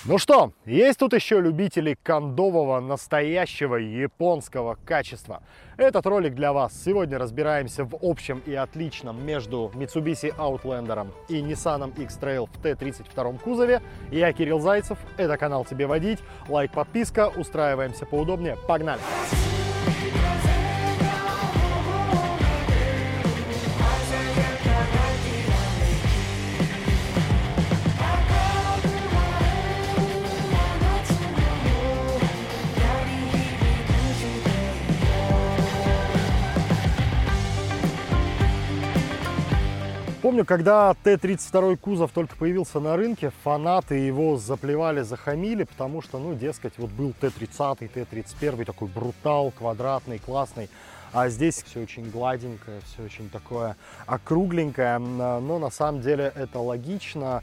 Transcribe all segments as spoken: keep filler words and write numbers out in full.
Ну что, есть тут еще любители кондового, настоящего японского качества. Этот ролик для вас. Сегодня разбираемся в общем и отличном между Mitsubishi Outlander и Nissan X-Trail в Т тридцать два кузове. Я Кирилл Зайцев, это канал «Тебе водить». Лайк, подписка, устраиваемся поудобнее. Погнали! Помню, когда Т тридцать два кузов только появился на рынке, фанаты его заплевали, захамили, потому что, ну, дескать, вот был Т тридцать, Т тридцать один, такой брутал, квадратный, классный. А здесь все очень гладенькое, все очень такое округленькое, но на самом деле это логично.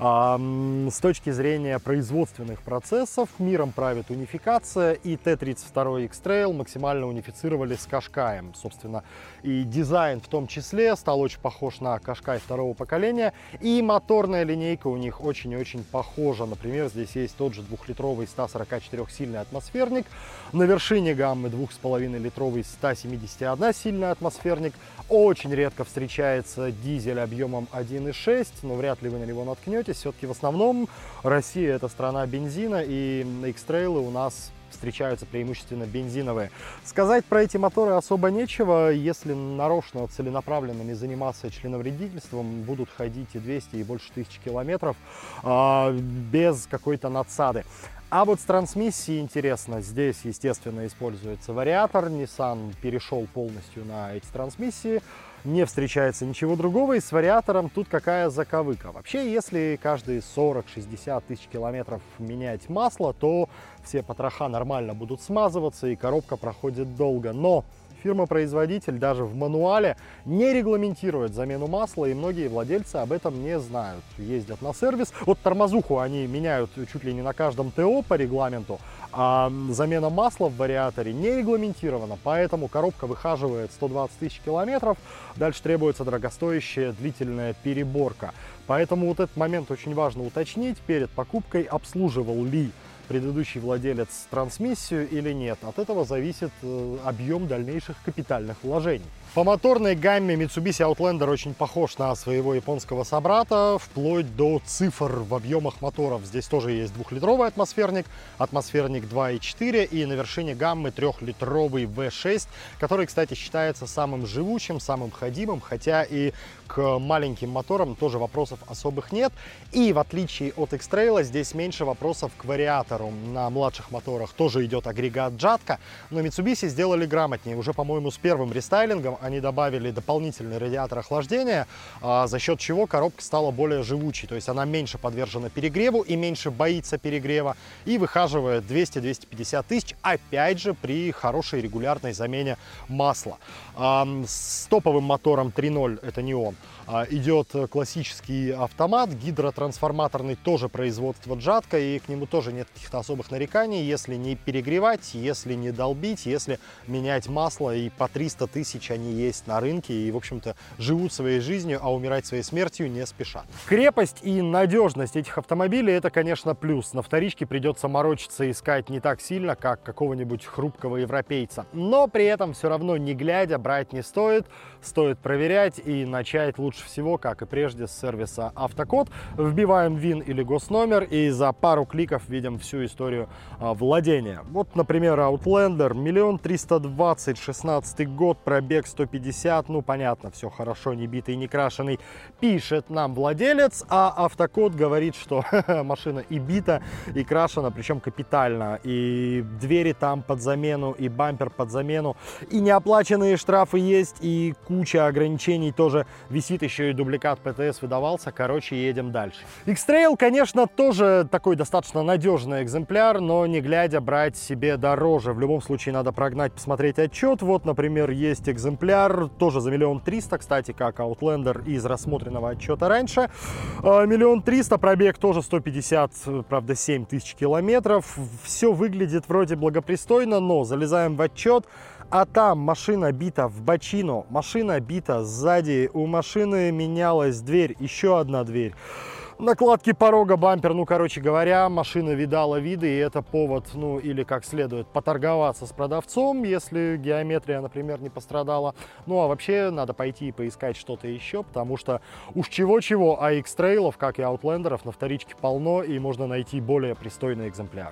С точки зрения производственных процессов миром правит унификация, и Т тридцать два X-Trail максимально унифицировали с Qashqai. Собственно, и дизайн в том числе стал очень похож на Qashqai второго поколения, и моторная линейка у них очень и очень похожа. Например, здесь есть тот же двухлитровый сто сорок четыре сильный атмосферник, на вершине гаммы два с половиной литровый сто семьдесят один сильный атмосферник. Очень редко встречается дизель объемом один и шесть, но вряд ли вы на него наткнетесь. Все-таки в основном Россия — это страна бензина, и X-Trail у нас встречаются преимущественно бензиновые. Сказать про эти моторы особо нечего. Если нарочно, целенаправленно не заниматься членовредительством, будут ходить и двести, и больше тысяч километров а, без какой-то надсады. А вот с трансмиссией интересно. Здесь, естественно, используется вариатор. Nissan перешел полностью на эти трансмиссии. Не встречается ничего другого. И с вариатором тут какая заковыка. Вообще, если каждые сорок-шестьдесят тысяч километров менять масло, то все потроха нормально будут смазываться, и коробка проходит долго. Но фирма-производитель даже в мануале не регламентирует замену масла, и многие владельцы об этом не знают. Ездят на сервис. Вот тормозуху они меняют чуть ли не на каждом ТО по регламенту, а замена масла в вариаторе не регламентирована, поэтому коробка выхаживает сто двадцать тысяч километров. Дальше требуется дорогостоящая длительная переборка. Поэтому вот этот момент очень важно уточнить перед покупкой, обслуживал ли предыдущий владелец трансмиссию или нет. От этого зависит э, объем дальнейших капитальных вложений. По моторной гамме Mitsubishi Outlander очень похож на своего японского собрата, вплоть до цифр в объемах моторов. Здесь тоже есть двухлитровый атмосферник, атмосферник два и четыре, и на вершине гаммы трехлитровый вэ шесть, который, кстати, считается самым живучим, самым ходимым, хотя и к маленьким моторам тоже вопросов особых нет. И в отличие от X-Trail, здесь меньше вопросов к вариатору. На младших моторах тоже идет агрегат Жатка, но Mitsubishi сделали грамотнее. Уже, по-моему, с первым рестайлингом они добавили дополнительный радиатор охлаждения, за счет чего коробка стала более живучей. То есть она меньше подвержена перегреву и меньше боится перегрева, и выхаживает двести-двести пятьдесят тысяч, опять же, при хорошей регулярной замене масла. С топовым мотором три ноль, это не он, идет классический автомат, гидротрансформаторный, тоже производство Жатка, и к нему тоже нет каких-то особых нареканий, если не перегревать, если не долбить, если менять масло, и по триста тысяч они есть на рынке и, в общем-то, живут своей жизнью, а умирать своей смертью не спешат. Крепость и надежность этих автомобилей — это, конечно, плюс. На вторичке придется морочиться и искать не так сильно, как какого-нибудь хрупкого европейца. Но при этом все равно, не глядя, брать не стоит. Стоит проверять, и начать лучше всего, как и прежде, с сервиса Автокод. Вбиваем ВИН или госномер, и за пару кликов видим всю историю а, владения. Вот, например, Outlander, миллион триста двадцать, шестнадцатый год, пробег сто пятьдесят, ну, понятно, все хорошо, не битый, не крашеный, пишет нам владелец, а Автокод говорит, что машина и бита, и крашена, причем капитально, и двери там под замену, и бампер под замену, и неоплаченные штрафы есть, и куча ограничений тоже висит, еще и дубликат ПТС выдавался. Короче, едем дальше. X-Trail, конечно, тоже такой достаточно надежный экземпляр, но не глядя брать себе дороже. В любом случае надо прогнать, посмотреть отчет. Вот, например, есть экземпляр, тоже за миллион триста, кстати, как Outlander из рассмотренного отчета раньше. Миллион триста, пробег тоже сто пятьдесят, правда, семь тысяч километров. Все выглядит вроде благопристойно, но залезаем в отчет. А там машина бита в бочину, машина бита сзади, у машины менялась дверь, еще одна дверь. Накладки порога, бампер, ну, короче говоря, машина видала виды, и это повод, ну, или как следует, поторговаться с продавцом, если геометрия, например, не пострадала. Ну, а вообще надо пойти и поискать что-то еще, потому что уж чего-чего, а X-Trail'ов, как и Outlander'ов, на вторичке полно, и можно найти более пристойный экземпляр.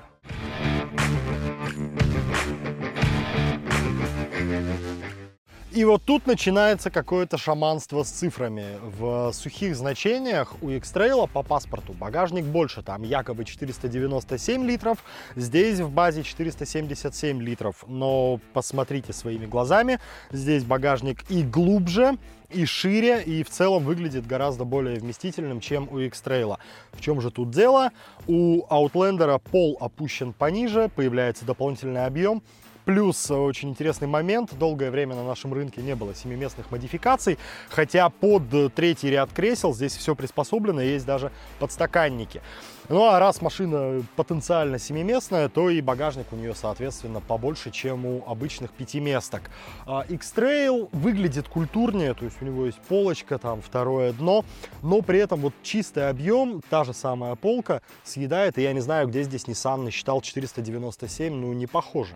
И вот тут начинается какое-то шаманство с цифрами. В сухих значениях у X-Trail по паспорту багажник больше, там якобы четыреста девяносто семь литров, здесь в базе четыреста семьдесят семь литров. Но посмотрите своими глазами, здесь багажник и глубже, и шире, и в целом выглядит гораздо более вместительным, чем у X-Trail. В чем же тут дело? У Outlander'а пол опущен пониже, появляется дополнительный объем. Плюс очень интересный момент, долгое время на нашем рынке не было семиместных модификаций, хотя под третий ряд кресел здесь все приспособлено, есть даже подстаканники. Ну а раз машина потенциально семиместная, то и багажник у нее, соответственно, побольше, чем у обычных пятиместок. X-Trail выглядит культурнее, то есть у него есть полочка, там второе дно, но при этом вот чистый объем, та же самая полка съедает, и я не знаю, где здесь Nissan насчитал четыреста девяносто семь, ну не похоже.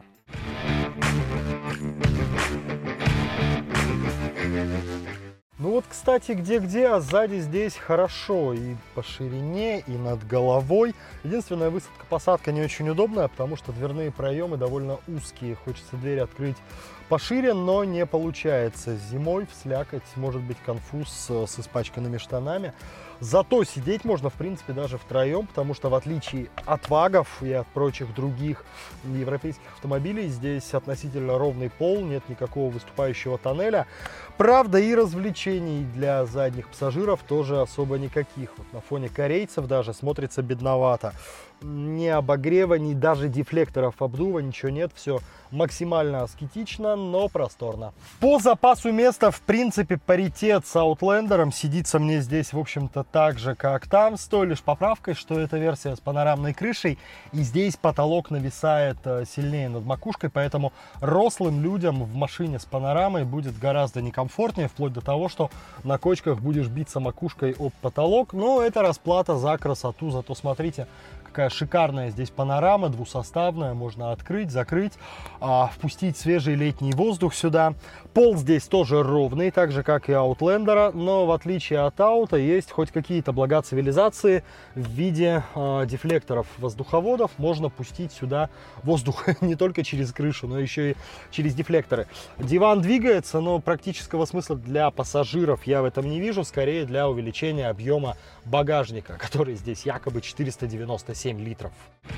Ну вот, кстати, где-где, а сзади здесь хорошо и по ширине, и над головой. Единственная высадка-посадка не очень удобная, потому что дверные проемы довольно узкие. Хочется дверь открыть пошире, но не получается. Зимой в слякоть может быть конфуз с испачканными штанами. Зато сидеть можно, в принципе, даже втроем, потому что в отличие от вагов и от прочих других европейских автомобилей, здесь относительно ровный пол, нет никакого выступающего тоннеля. Правда, и развлечений для задних пассажиров тоже особо никаких. Вот на фоне корейцев даже смотрится бедновато. Ни обогрева, ни даже дефлекторов обдува, ничего нет, все максимально аскетично, но просторно. По запасу места, в принципе, паритет с Outlander'ом. Сидится мне здесь, в общем-то, так же, как там, с той лишь поправкой, что это версия с панорамной крышей, и здесь потолок нависает сильнее над макушкой, поэтому рослым людям в машине с панорамой будет гораздо некомфортнее, вплоть до того, что на кочках будешь биться макушкой об потолок, но это расплата за красоту, зато смотрите, какая шикарная здесь панорама, двусоставная, можно открыть, закрыть, а, впустить свежий летний воздух сюда. Пол здесь тоже ровный, так же как и Outlander'а, но в отличие от Аута есть хоть какие-то блага цивилизации в виде а, дефлекторов воздуховодов. Можно пустить сюда воздух не только через крышу, но еще и через дефлекторы. Диван двигается, но практического смысла для пассажиров я в этом не вижу, скорее для увеличения объема багажника, который здесь якобы четыреста девяносто семь литров.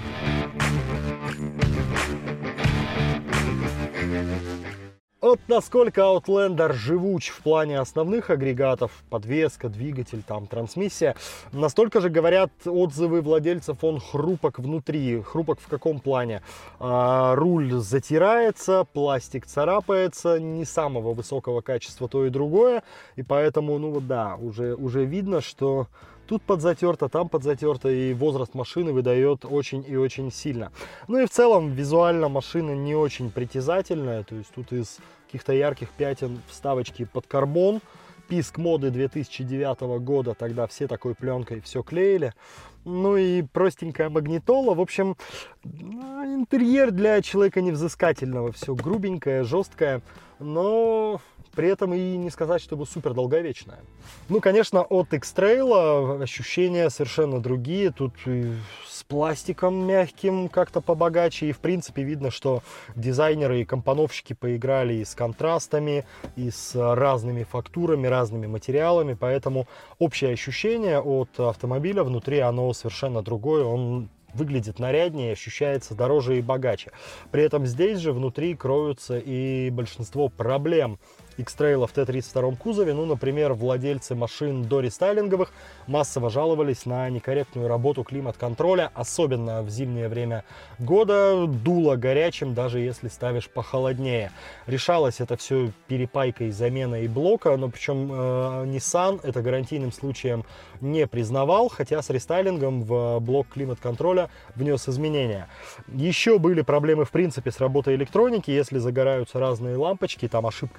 Вот насколько Outlander живуч в плане основных агрегатов, подвеска, двигатель, там, трансмиссия, настолько же говорят отзывы владельцев, он хрупок внутри. Хрупок в каком плане? А, руль затирается, пластик царапается, не самого высокого качества то и другое, и поэтому, ну вот да, уже, уже видно, что тут подзатерто, там подзатерто, и возраст машины выдает очень и очень сильно. Ну и в целом визуально машина не очень притязательная, то есть тут из каких-то ярких пятен вставочки под карбон. Писк моды две тысячи девятого года, тогда все такой пленкой все клеили. Ну и простенькая магнитола. В общем, интерьер для человека невзыскательного. Все грубенькое, жесткое, но при этом и не сказать, чтобы супер долговечная. Ну, конечно, от X-Trail ощущения совершенно другие. Тут и с пластиком мягким как-то побогаче. И, в принципе, видно, что дизайнеры и компоновщики поиграли и с контрастами, и с разными фактурами, разными материалами. Поэтому общее ощущение от автомобиля внутри, оно совершенно другое. Он выглядит наряднее, ощущается дороже и богаче. При этом здесь же внутри кроются и большинство проблем X-Trail в Т тридцать втором кузове. Ну, например, владельцы машин дорестайлинговых массово жаловались на некорректную работу климат-контроля, особенно в зимнее время года. Дуло горячим, даже если ставишь похолоднее. Решалось это все перепайкой, заменой блока, но причем э, Nissan это гарантийным случаем не признавал, хотя с рестайлингом в блок климат-контроля внес изменения. Еще были проблемы, в принципе, с работой электроники. Если загораются разные лампочки, там ошибка четыре в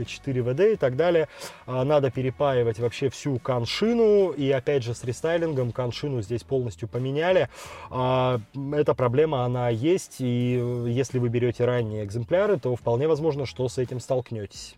ДВД и так далее. Надо перепаивать вообще всю коншину, и опять же с рестайлингом коншину здесь полностью поменяли. Эта проблема, она есть, и если вы берете ранние экземпляры, то вполне возможно, что с этим столкнетесь.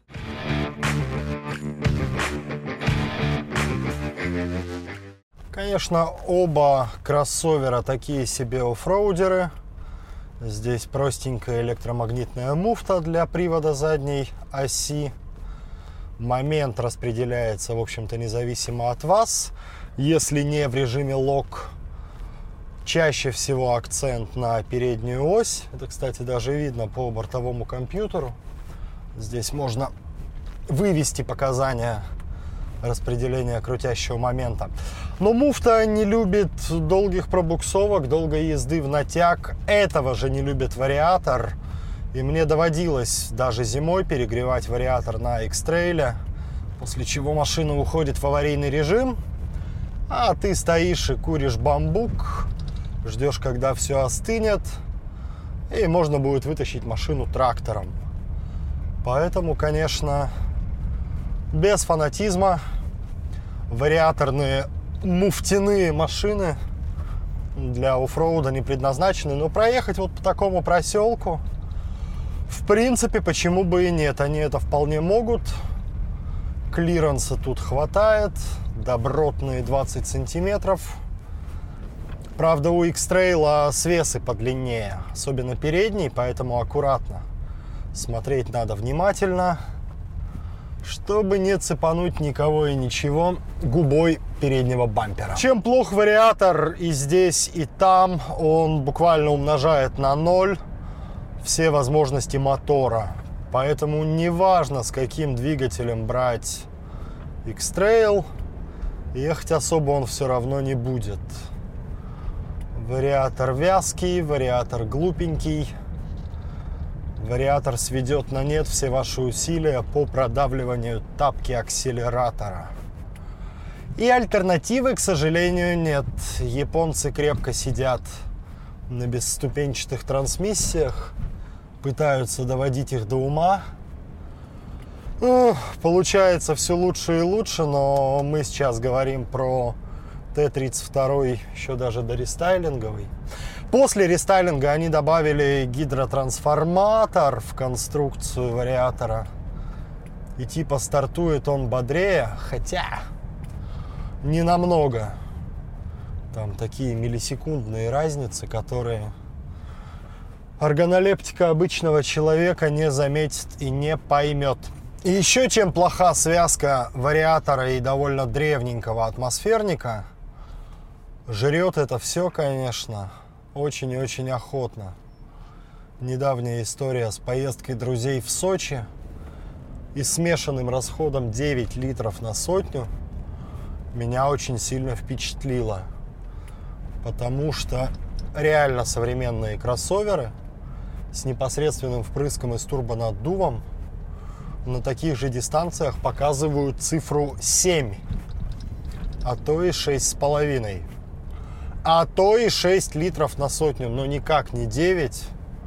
Конечно, оба кроссовера такие себе оффроудеры. Здесь простенькая электромагнитная муфта для привода задней оси. Момент распределяется, в общем-то, независимо от вас. Если не в режиме лок, чаще всего акцент на переднюю ось. Это, кстати, даже видно по бортовому компьютеру. Здесь можно вывести показания распределения крутящего момента. Но муфта не любит долгих пробуксовок, долгой езды в натяг. Этого же не любит вариатор. И мне доводилось даже зимой перегревать вариатор на X-Trail, после чего машина уходит в аварийный режим, а ты стоишь и куришь бамбук, ждешь, когда все остынет, и можно будет вытащить машину трактором. Поэтому, конечно, без фанатизма, вариаторные муфтяные машины для оффроуда не предназначены. Но проехать вот по такому проселку, в принципе, почему бы и нет. Они это вполне могут. Клиренса тут хватает. Добротные двадцать сантиметров. Правда, у X-Trail свесы подлиннее, особенно передний, поэтому аккуратно. Смотреть надо внимательно, чтобы не цепануть никого и ничего губой переднего бампера. Чем плох вариатор и здесь, и там, он буквально умножает на ноль все возможности мотора. Поэтому неважно, с каким двигателем брать X-Trail, ехать особо он все равно не будет. Вариатор вязкий, вариатор глупенький. Вариатор сведет на нет все ваши усилия по продавливанию тапки акселератора. И альтернативы, к сожалению, нет. Японцы крепко сидят на бесступенчатых трансмиссиях, пытаются доводить их до ума. Ну, получается все лучше и лучше, но мы сейчас говорим про Т тридцать два, еще даже до рестайлинговый. После рестайлинга они добавили гидротрансформатор в конструкцию вариатора. И типа стартует он бодрее, хотя не намного. Там такие миллисекундные разницы, которые органолептика обычного человека не заметит и не поймет. И еще чем плоха связка вариатора и довольно древненького атмосферника, жрет это все, конечно, очень и очень охотно. Недавняя история с поездкой друзей в Сочи и смешанным расходом девять литров на сотню меня очень сильно впечатлило. Потому что реально современные кроссоверы с непосредственным впрыском и с турбонаддувом на таких же дистанциях показывают цифру семь, а то и шесть с половиной. А то и шесть литров на сотню, но никак не девять.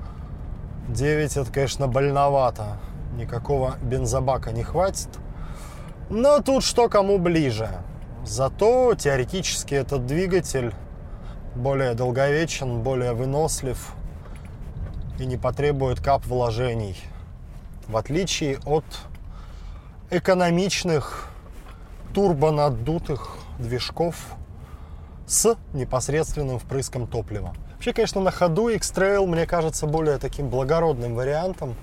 девять это, конечно, больновато. Никакого бензобака не хватит. Но тут что кому ближе. Зато теоретически этот двигатель более долговечен, более вынослив и не потребует кап вложений. В отличие от экономичных турбонаддутых движков с непосредственным впрыском топлива. Вообще, конечно, на ходу X-Trail мне кажется более таким благородным вариантом,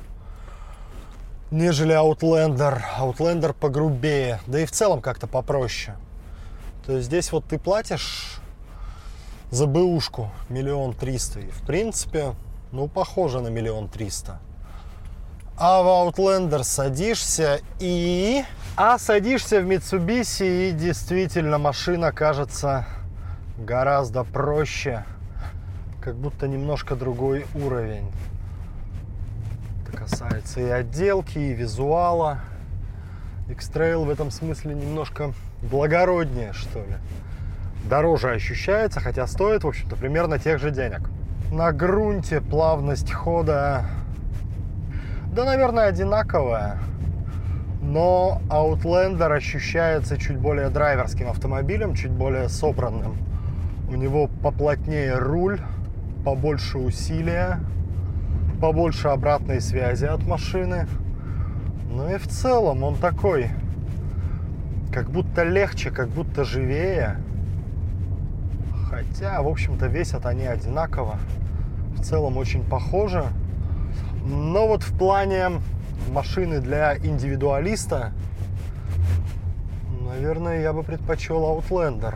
нежели Outlander. Outlander погрубее, да и в целом как-то попроще. То есть здесь вот ты платишь за бэушку миллион триста, и в принципе, ну, похоже на миллион триста. А в Outlander садишься и... А садишься в Mitsubishi, и действительно машина кажется гораздо проще. Как будто немножко другой уровень. Это касается и отделки, и визуала. X-Trail в этом смысле немножко благороднее, что ли. Дороже ощущается, хотя стоит, в общем-то, примерно тех же денег. На грунте плавность хода, да, наверное, одинаковая. Но Outlander ощущается чуть более драйверским автомобилем, чуть более собранным. У него поплотнее руль, побольше усилия, побольше обратной связи от машины. Ну и в целом он такой, как будто легче, как будто живее. Хотя, в общем-то, весят они одинаково. В целом очень похожи. Но вот в плане машины для индивидуалиста, наверное, я бы предпочел Outlander.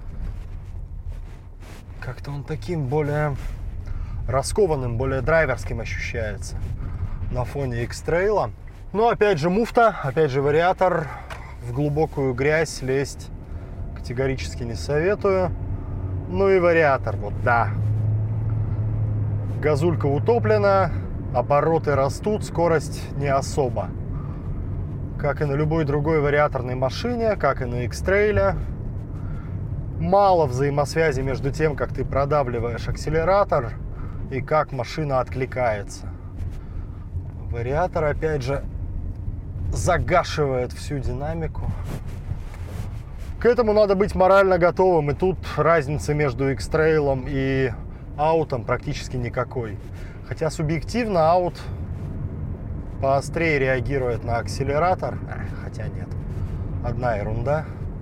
Как-то он таким более раскованным, более драйверским ощущается на фоне X-Trail. Но опять же муфта, опять же вариатор. В глубокую грязь лезть категорически не советую. Ну и вариатор, вот да. Газулька утоплена, обороты растут, скорость не особо. Как и на любой другой вариаторной машине, как и на X-Trail. Мало взаимосвязи между тем, как ты продавливаешь акселератор и как машина откликается. Вариатор, опять же, загашивает всю динамику. К этому надо быть морально готовым. И тут разницы между X-Trail и аутом практически никакой. Хотя субъективно аут поострее реагирует на акселератор. Хотя нет, одна ерунда.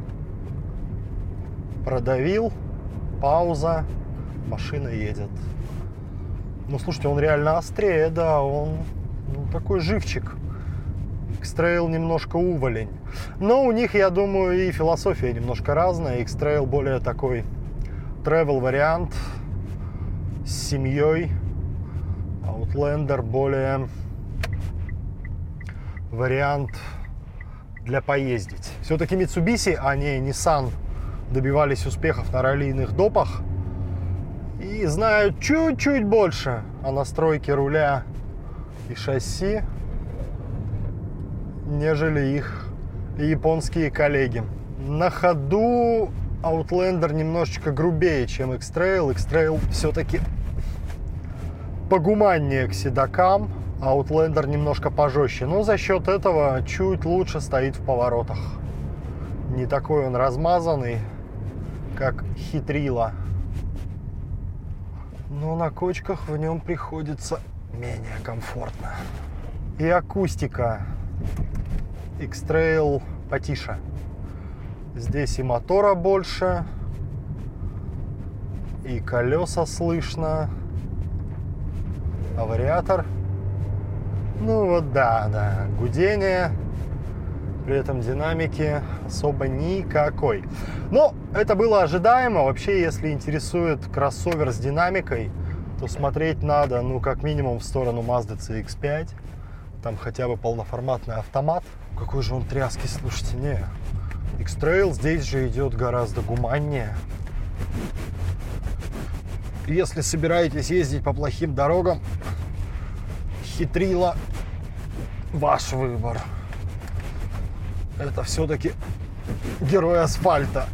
Продавил, пауза, машина едет. Ну, слушайте, он реально острее, да, он ну, такой живчик. X-Trail немножко уволень. Но у них, я думаю, и философия немножко разная. X-Trail более такой travel вариант с семьей. Outlander более вариант для поездить. Все-таки Mitsubishi, а не Nissan, добивались успехов на раллийных допах и знают чуть-чуть больше о настройке руля и шасси, нежели их японские коллеги. На ходу Outlander немножечко грубее, чем X-Trail. X-Trail все-таки погуманнее к седокам, Outlander немножко пожестче, но за счет этого чуть лучше стоит в поворотах. Не такой он размазанный, как Хитрила. Но на кочках в нем приходится менее комфортно. И акустика X-Trail потише. Здесь и мотора больше, и колеса слышно. А вариатор, ну вот да, да, гудение. При этом динамики особо никакой. Но это было ожидаемо. Вообще, если интересует кроссовер с динамикой, то смотреть надо, ну, как минимум, в сторону Mazda си икс пять. Там хотя бы полноформатный автомат. Какой же он тряский, слушайте, не. X-Trail здесь же идет гораздо гуманнее. Если собираетесь ездить по плохим дорогам, Хитрила ваш выбор. Это все-таки герой асфальта.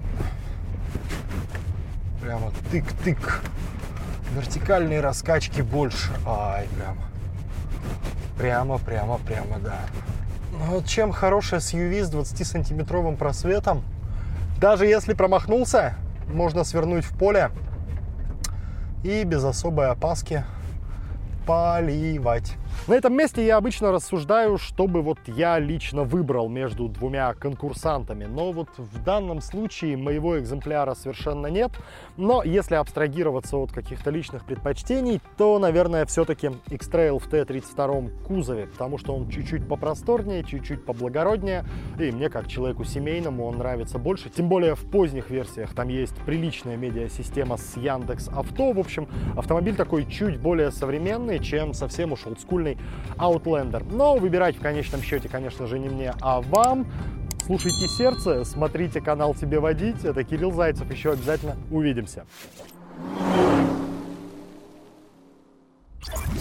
Прямо тык-тык. Вертикальные раскачки больше. Ай, прямо. Прямо, прямо, прямо, да. Но вот чем хорошая эс ю ви с двадцатисантиметровым просветом, даже если промахнулся, можно свернуть в поле и без особой опаски поливать. На этом месте я обычно рассуждаю, чтобы вот я лично выбрал между двумя конкурсантами. Но вот в данном случае моего экземпляра совершенно нет. Но если абстрагироваться от каких-то личных предпочтений, то, наверное, все-таки X-Trail в тэ тридцать втором кузове. Потому что он чуть-чуть попросторнее, чуть-чуть поблагороднее. И мне, как человеку семейному, он нравится больше. Тем более в поздних версиях там есть приличная медиасистема с Яндекс.Авто. В общем, автомобиль такой чуть более современный, чем совсем уж олдскульный Outlander. Но выбирать в конечном счете, конечно же, не мне, а вам. Слушайте сердце, смотрите канал «Тебе водить». Это Кирилл Зайцев. Еще обязательно увидимся.